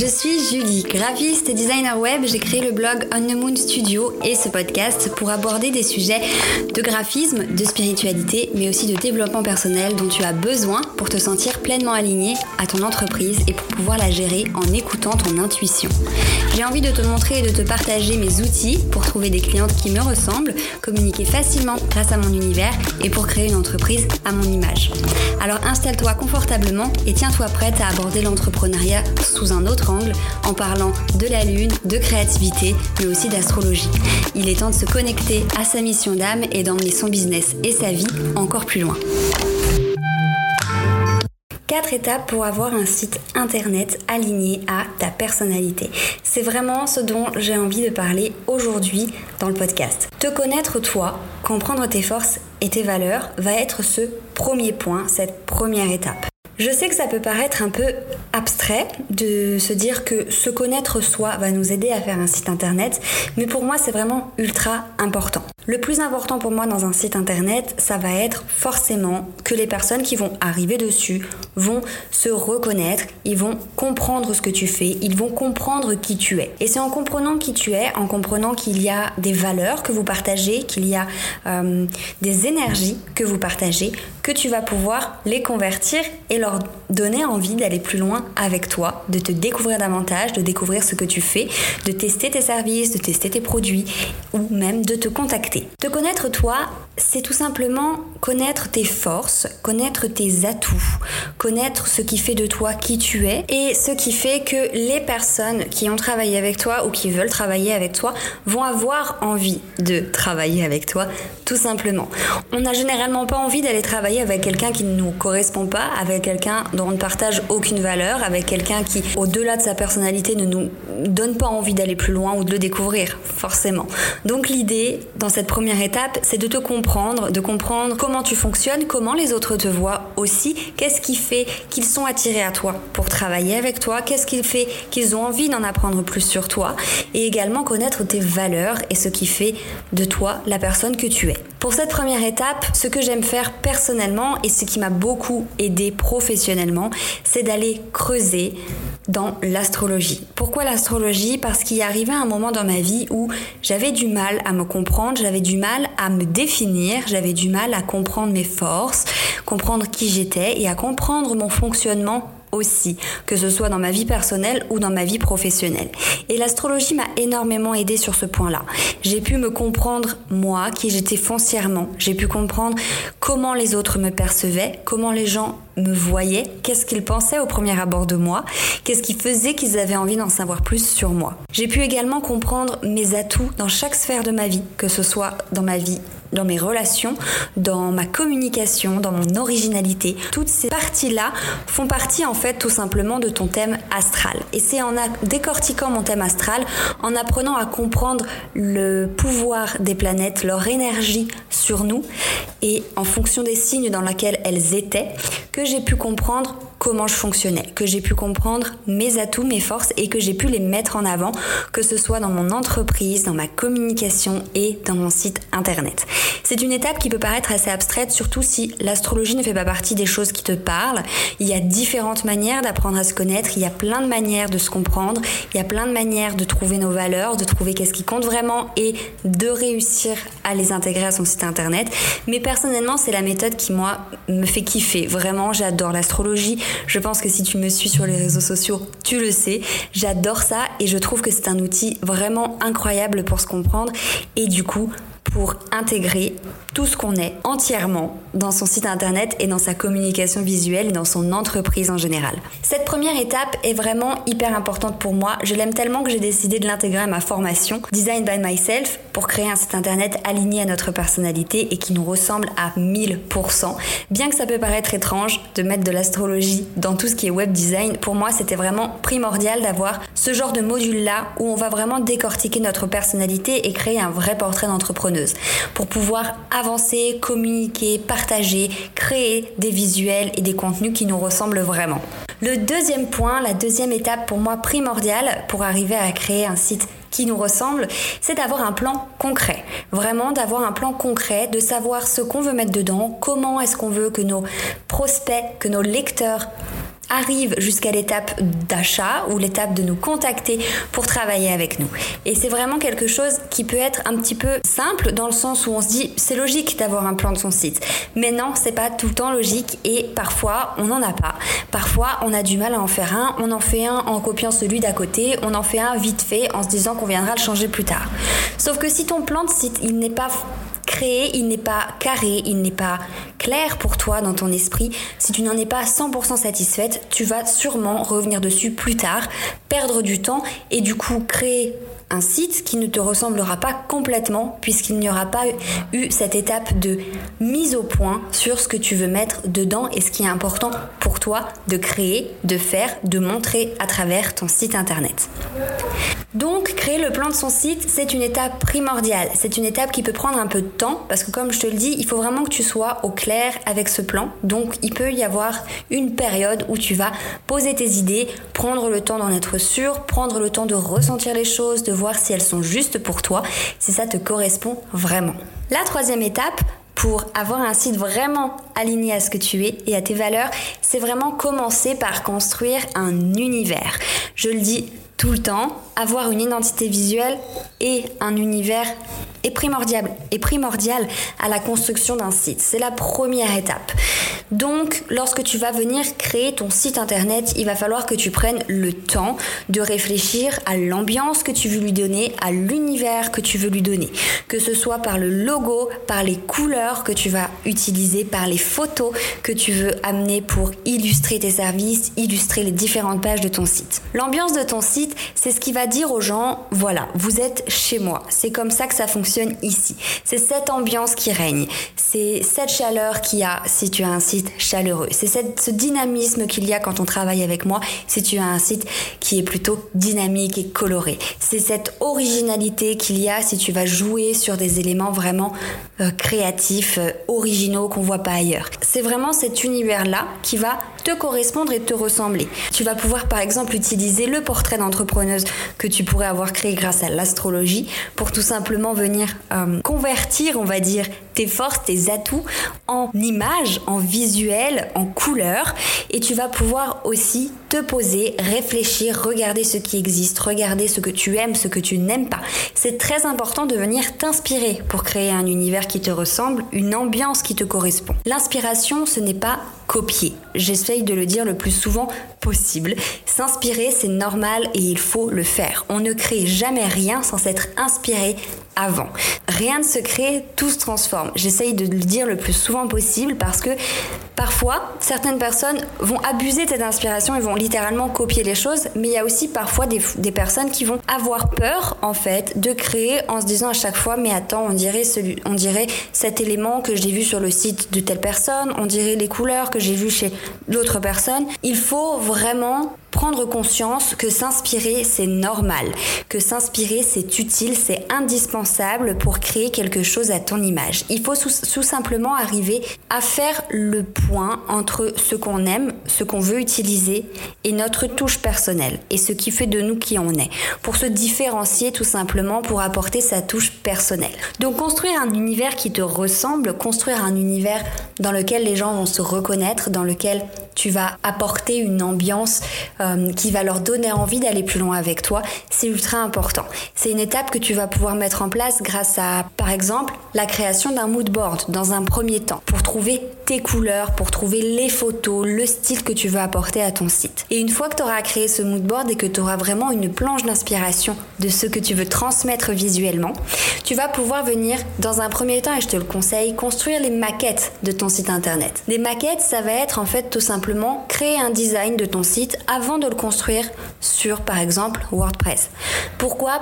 Je suis Julie, graphiste et designer web. J'ai créé le blog On the Moon Studio et ce podcast pour aborder des sujets de graphisme, de spiritualité, mais aussi de développement personnel dont tu as besoin pour te sentir pleinement aligné à ton entreprise et pour pouvoir la gérer en écoutant ton intuition. J'ai envie de te montrer et de te partager mes outils pour trouver des clientes qui me ressemblent, communiquer facilement grâce à mon univers et pour créer une entreprise à mon image. Alors installe-toi confortablement et tiens-toi prête à aborder l'entrepreneuriat sous un autre angle en parlant de la lune, de créativité, mais aussi d'astrologie. Il est temps de se connecter à sa mission d'âme et d'emmener son business et sa vie encore plus loin. 4 étapes pour avoir un site internet aligné à ta personnalité. C'est vraiment ce dont j'ai envie de parler aujourd'hui dans le podcast. Te connaître toi, comprendre tes forces et tes valeurs va être ce premier point, cette première étape. Je sais que ça peut paraître un peu abstrait de se dire que se connaître soi va nous aider à faire un site internet, mais pour moi c'est vraiment ultra important. Le plus important pour moi dans un site internet, ça va être forcément que les personnes qui vont arriver dessus vont se reconnaître, ils vont comprendre ce que tu fais, ils vont comprendre qui tu es. Et c'est en comprenant qui tu es, en comprenant qu'il y a des valeurs que vous partagez, qu'il y a des énergies que vous partagez, que tu vas pouvoir les convertir et leur donner envie d'aller plus loin avec toi, de te découvrir davantage, de découvrir ce que tu fais, de tester tes services, de tester tes produits ou même de te contacter. Te connaître toi, c'est tout simplement connaître tes forces, connaître tes atouts, connaître ce qui fait de toi qui tu es et ce qui fait que les personnes qui ont travaillé avec toi ou qui veulent travailler avec toi vont avoir envie de travailler avec toi, tout simplement. On n'a généralement pas envie d'aller travailler avec quelqu'un qui ne nous correspond pas, avec quelqu'un dont on ne partage aucune valeur, avec quelqu'un qui, au-delà de sa personnalité, ne nous donne pas envie d'aller plus loin ou de le découvrir, forcément. Donc l'idée, dans cette première étape, c'est de te comprendre, de comprendre comment tu fonctionnes, comment les autres te voient aussi, qu'est-ce qui fait qu'ils sont attirés à toi pour travailler avec toi, qu'est-ce qui fait qu'ils ont envie d'en apprendre plus sur toi, et également connaître tes valeurs et ce qui fait de toi la personne que tu es. Pour cette première étape, ce que j'aime faire personnellement et ce qui m'a beaucoup aidé professionnellement, c'est d'aller creuser dans l'astrologie. Pourquoi l'astrologie ? Parce qu'il y arrivait un moment dans ma vie où j'avais du mal à me comprendre, j'avais du mal à me définir, j'avais du mal à comprendre mes forces, comprendre qui j'étais et à comprendre mon fonctionnement aussi, que ce soit dans ma vie personnelle ou dans ma vie professionnelle. Et l'astrologie m'a énormément aidée sur ce point-là. J'ai pu me comprendre moi, qui j'étais foncièrement. J'ai pu comprendre comment les autres me percevaient, comment les gens me voyaient, qu'est-ce qu'ils pensaient au premier abord de moi, qu'est-ce qui faisait qu'ils avaient envie d'en savoir plus sur moi. J'ai pu également comprendre mes atouts dans chaque sphère de ma vie, que ce soit dans ma vie, dans mes relations, dans ma communication, dans mon originalité. Toutes ces parties-là font partie en fait tout simplement de ton thème astral. Et c'est en décortiquant mon thème astral, en apprenant à comprendre le pouvoir des planètes, leur énergie sur nous et en fonction des signes dans lesquels elles étaient, que j'ai pu comprendre comment je fonctionnais, que j'ai pu comprendre mes atouts, mes forces et que j'ai pu les mettre en avant, que ce soit dans mon entreprise, dans ma communication et dans mon site internet. C'est une étape qui peut paraître assez abstraite, surtout si l'astrologie ne fait pas partie des choses qui te parlent. Il y a différentes manières d'apprendre à se connaître, il y a plein de manières de se comprendre, il y a plein de manières de trouver nos valeurs, de trouver qu'est-ce qui compte vraiment et de réussir à les intégrer à son site internet. Mais personnellement, c'est la méthode qui, moi, me fait kiffer. Vraiment, j'adore l'astrologie. Je pense que si tu me suis sur les réseaux sociaux, tu le sais. J'adore ça et je trouve que c'est un outil vraiment incroyable pour se comprendre et du coup, pour intégrer tout ce qu'on est entièrement dans son site internet et dans sa communication visuelle et dans son entreprise en général. Cette première étape est vraiment hyper importante pour moi. Je l'aime tellement que j'ai décidé de l'intégrer à ma formation Design by Myself pour créer un site internet aligné à notre personnalité et qui nous ressemble à 1000%. Bien que ça peut paraître étrange de mettre de l'astrologie dans tout ce qui est web design, pour moi c'était vraiment primordial d'avoir ce genre de module-là où on va vraiment décortiquer notre personnalité et créer un vrai portrait d'entrepreneuse pour pouvoir avancer, communiquer, partager, créer des visuels et des contenus qui nous ressemblent vraiment. Le deuxième point, la deuxième étape pour moi primordiale pour arriver à créer un site qui nous ressemble, c'est d'avoir un plan concret. Vraiment d'avoir un plan concret, de savoir ce qu'on veut mettre dedans, comment est-ce qu'on veut que nos prospects, que nos lecteurs arrive jusqu'à l'étape d'achat ou l'étape de nous contacter pour travailler avec nous. Et c'est vraiment quelque chose qui peut être un petit peu simple dans le sens où on se dit c'est logique d'avoir un plan de son site. Mais non, c'est pas tout le temps logique et parfois on n'en a pas. Parfois on a du mal à en faire un, on en fait un en copiant celui d'à côté, on en fait un vite fait en se disant qu'on viendra le changer plus tard. Sauf que si ton plan de site il n'est pas créé, il n'est pas carré, il n'est pas clair pour toi dans ton esprit, si tu n'en es pas 100% satisfaite, tu vas sûrement revenir dessus plus tard, perdre du temps et du coup créer un site qui ne te ressemblera pas complètement puisqu'il n'y aura pas eu cette étape de mise au point sur ce que tu veux mettre dedans et ce qui est important pour toi de créer, de faire, de montrer à travers ton site internet. Donc, créer le plan de son site, c'est une étape primordiale. C'est une étape qui peut prendre un peu de temps parce que comme je te le dis, il faut vraiment que tu sois au clair avec ce plan. Donc, il peut y avoir une période où tu vas poser tes idées, prendre le temps d'en être sûr, prendre le temps de ressentir les choses, de voir si elles sont justes pour toi, si ça te correspond vraiment. La troisième étape, pour avoir un site vraiment aligné à ce que tu es et à tes valeurs, c'est vraiment commencer par construire un univers. Je le dis tout le temps, avoir une identité visuelle et un univers est primordial à la construction d'un site. C'est la première étape. Donc, lorsque tu vas venir créer ton site internet, il va falloir que tu prennes le temps de réfléchir à l'ambiance que tu veux lui donner, à l'univers que tu veux lui donner. Que ce soit par le logo, par les couleurs que tu vas utiliser, par les photos que tu veux amener pour illustrer tes services, illustrer les différentes pages de ton site. L'ambiance de ton site, c'est ce qui va dire aux gens, voilà, vous êtes chez moi. C'est comme ça que ça fonctionne ici. C'est cette ambiance qui règne. C'est cette chaleur qu'il y a si tu as un site chaleureux. C'est ce dynamisme qu'il y a quand on travaille avec moi si tu as un site qui est plutôt dynamique et coloré. C'est cette originalité qu'il y a si tu vas jouer sur des éléments vraiment créatifs, originaux qu'on voit pas ailleurs. C'est vraiment cet univers-là qui va te correspondre et te ressembler. Tu vas pouvoir par exemple utiliser le portrait d'entrepreneuse que tu pourrais avoir créé grâce à l'astrologie pour tout simplement venir convertir, on va dire, tes forces, tes atouts en images, en visuel, en couleurs et tu vas pouvoir aussi te poser, réfléchir, regarder ce qui existe, regarder ce que tu aimes, ce que tu n'aimes pas. C'est très important de venir t'inspirer pour créer un univers qui te ressemble, une ambiance qui te correspond. L'inspiration, ce n'est pas copier. J'essaye de le dire le plus souvent possible. S'inspirer, c'est normal et il faut le faire. On ne crée jamais rien sans s'être inspiré avant. Rien ne se crée, tout se transforme. J'essaye de le dire le plus souvent possible parce que parfois, certaines personnes vont abuser de cette inspiration et vont littéralement copier les choses, mais il y a aussi parfois des personnes qui vont avoir peur, en fait, de créer en se disant à chaque fois, mais attends, on dirait cet élément que j'ai vu sur le site de telle personne, on dirait les couleurs que j'ai vues chez l'autre personne. Il faut vraiment prendre conscience que s'inspirer, c'est normal, que s'inspirer, c'est utile, c'est indispensable pour créer quelque chose à ton image. Il faut tout simplement arriver à faire le point entre ce qu'on aime, ce qu'on veut utiliser et notre touche personnelle et ce qui fait de nous qui on est, pour se différencier tout simplement, pour apporter sa touche personnelle. Donc construire un univers qui te ressemble, construire un univers dans lequel les gens vont se reconnaître, dans lequel tu vas apporter une ambiance qui va leur donner envie d'aller plus loin avec toi, c'est ultra important. C'est une étape que tu vas pouvoir mettre en place grâce à, par exemple, la création d'un mood board dans un premier temps, pour trouver tes couleurs, pour trouver les photos, le style que tu veux apporter à ton site. Et une fois que tu auras créé ce mood board et que tu auras vraiment une planche d'inspiration de ce que tu veux transmettre visuellement, tu vas pouvoir venir dans un premier temps, et je te le conseille, construire les maquettes de ton site internet. Les maquettes, ça va être en fait tout simplement créer un design de ton site avant de le construire sur, par exemple, WordPress. Pourquoi ?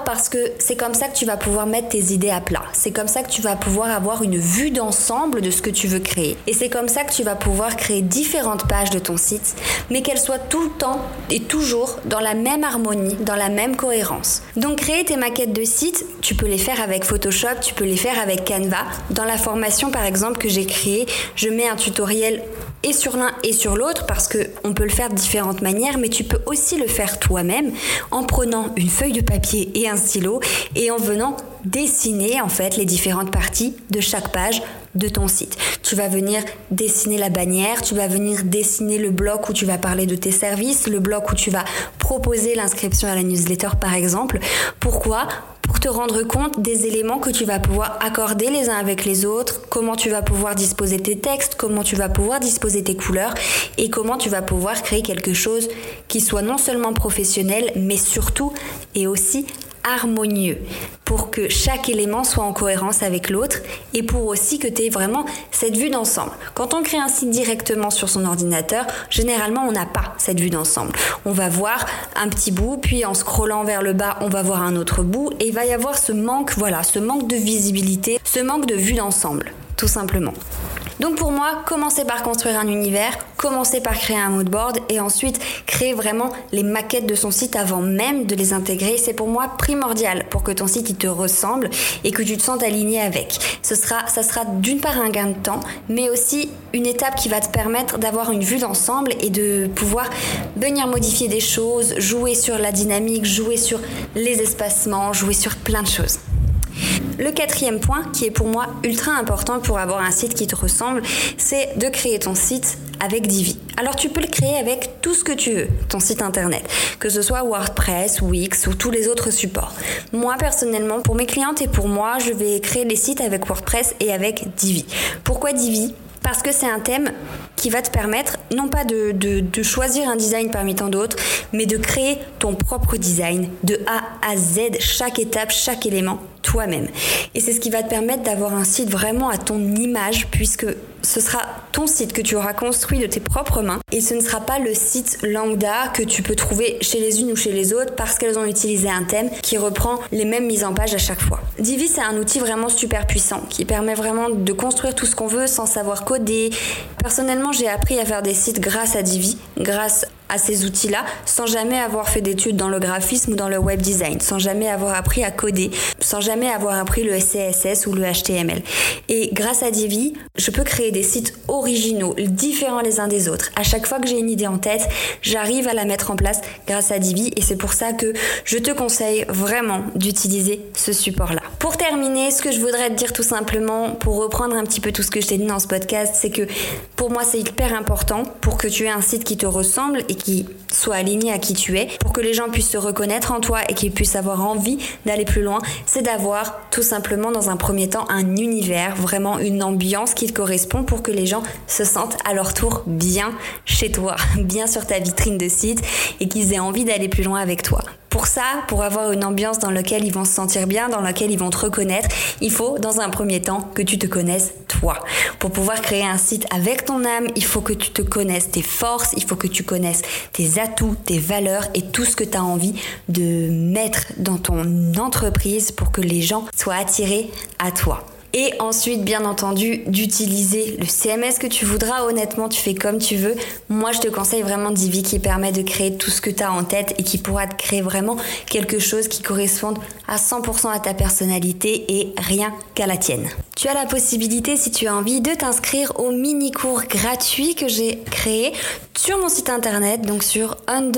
Parce que c'est comme ça que tu vas pouvoir mettre tes idées à plat. C'est comme ça que tu vas pouvoir avoir une vue d'ensemble de ce que tu veux créer. Et c'est comme ça que tu vas pouvoir créer différentes pages de ton site, mais qu'elles soient tout le temps et toujours dans la même harmonie, dans la même cohérence. Donc créer tes maquettes de site, tu peux les faire avec Photoshop, tu peux les faire avec Canva. Dans la formation, par exemple, que j'ai créée, je mets un tutoriel et sur l'un et sur l'autre parce qu'on peut le faire de différentes manières, mais tu peux aussi le faire toi-même en prenant une feuille de papier et un stylo et en venant dessiner en fait les différentes parties de chaque page de ton site. Tu vas venir dessiner la bannière, tu vas venir dessiner le bloc où tu vas parler de tes services, le bloc où tu vas proposer l'inscription à la newsletter par exemple. Pourquoi ? Pour te rendre compte des éléments que tu vas pouvoir accorder les uns avec les autres, comment tu vas pouvoir disposer tes textes, comment tu vas pouvoir disposer tes couleurs et comment tu vas pouvoir créer quelque chose qui soit non seulement professionnel mais surtout et aussi harmonieux pour que chaque élément soit en cohérence avec l'autre et pour aussi que tu aies vraiment cette vue d'ensemble. Quand on crée un site directement sur son ordinateur, généralement on n'a pas cette vue d'ensemble. On va voir un petit bout, puis en scrollant vers le bas, on va voir un autre bout et il va y avoir ce manque de visibilité, ce manque de vue d'ensemble, tout simplement. Donc pour moi, commencer par construire un univers, commencer par créer un mood board et ensuite créer vraiment les maquettes de son site avant même de les intégrer, c'est pour moi primordial pour que ton site il te ressemble et que tu te sentes aligné avec. Ça sera d'une part un gain de temps, mais aussi une étape qui va te permettre d'avoir une vue d'ensemble et de pouvoir venir modifier des choses, jouer sur la dynamique, jouer sur les espacements, jouer sur plein de choses. Le 4e point, qui est pour moi ultra important pour avoir un site qui te ressemble, c'est de créer ton site avec Divi. Alors tu peux le créer avec tout ce que tu veux, ton site internet, que ce soit WordPress, Wix ou tous les autres supports. Moi personnellement, pour mes clientes et pour moi, je vais créer les sites avec WordPress et avec Divi. Pourquoi Divi ? Parce que c'est un thème qui va te permettre non pas de choisir un design parmi tant d'autres, mais de créer ton propre design de A à Z, chaque étape, chaque élément, toi-même. Et c'est ce qui va te permettre d'avoir un site vraiment à ton image, puisque ce sera ton site que tu auras construit de tes propres mains et ce ne sera pas le site lambda que tu peux trouver chez les unes ou chez les autres parce qu'elles ont utilisé un thème qui reprend les mêmes mises en page à chaque fois. Divi, c'est un outil vraiment super puissant qui permet vraiment de construire tout ce qu'on veut sans savoir coder. Personnellement, j'ai appris à faire des sites grâce à Divi, grâce à ces outils-là, sans jamais avoir fait d'études dans le graphisme ou dans le web design, sans jamais avoir appris à coder, sans jamais avoir appris le CSS ou le HTML. Et grâce à Divi, je peux créer des sites originaux, différents les uns des autres. À chaque fois que j'ai une idée en tête, j'arrive à la mettre en place grâce à Divi et c'est pour ça que je te conseille vraiment d'utiliser ce support-là. Pour terminer, ce que je voudrais te dire tout simplement, pour reprendre un petit peu tout ce que je t'ai dit dans ce podcast, c'est que pour moi, c'est hyper important pour que tu aies un site qui te ressemble et qui soit aligné à qui tu es, pour que les gens puissent se reconnaître en toi et qu'ils puissent avoir envie d'aller plus loin, c'est d'avoir tout simplement dans un premier temps un univers, vraiment une ambiance qui te correspond pour que les gens se sentent à leur tour bien chez toi, bien sur ta vitrine de site et qu'ils aient envie d'aller plus loin avec toi. Pour ça, pour avoir une ambiance dans laquelle ils vont se sentir bien, dans laquelle ils vont te reconnaître, il faut dans un premier temps que tu te connaisses toi. Pour pouvoir créer un site avec ton âme, il faut que tu te connaisses tes forces, il faut que tu connaisses tes atouts, tes valeurs et tout ce que tu as envie de mettre dans ton entreprise pour que les gens soient attirés à toi. Et ensuite, bien entendu, d'utiliser le CMS que tu voudras. Honnêtement, tu fais comme tu veux. Moi, je te conseille vraiment Divi qui permet de créer tout ce que tu as en tête et qui pourra te créer vraiment quelque chose qui corresponde à 100% à ta personnalité et rien qu'à la tienne. Tu as la possibilité, si tu as envie, de t'inscrire au mini-cours gratuit que j'ai créé sur mon site internet, donc sur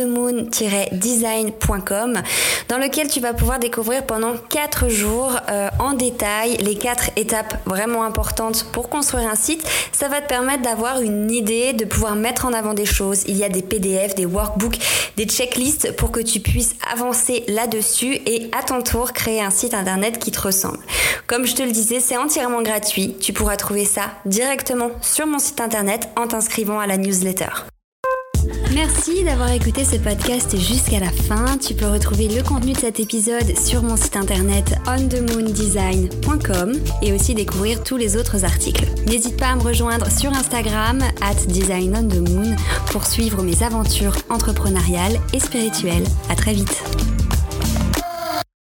onthemoon-design.com, dans lequel tu vas pouvoir découvrir pendant 4 jours en détail les 4 étapes vraiment importantes pour construire un site. Ça va te permettre d'avoir une idée, de pouvoir mettre en avant des choses. Il y a des PDF, des workbooks, des checklists pour que tu puisses avancer là-dessus et à ton tour créer un site internet qui te ressemble. Comme je te le disais, c'est entièrement gratuit. Tu pourras trouver ça directement sur mon site internet en t'inscrivant à la newsletter. Merci d'avoir écouté ce podcast jusqu'à la fin. Tu peux retrouver le contenu de cet épisode sur mon site internet onthemoondesign.com et aussi découvrir tous les autres articles. N'hésite pas à me rejoindre sur Instagram @designonthemoon pour suivre mes aventures entrepreneuriales et spirituelles. À très vite.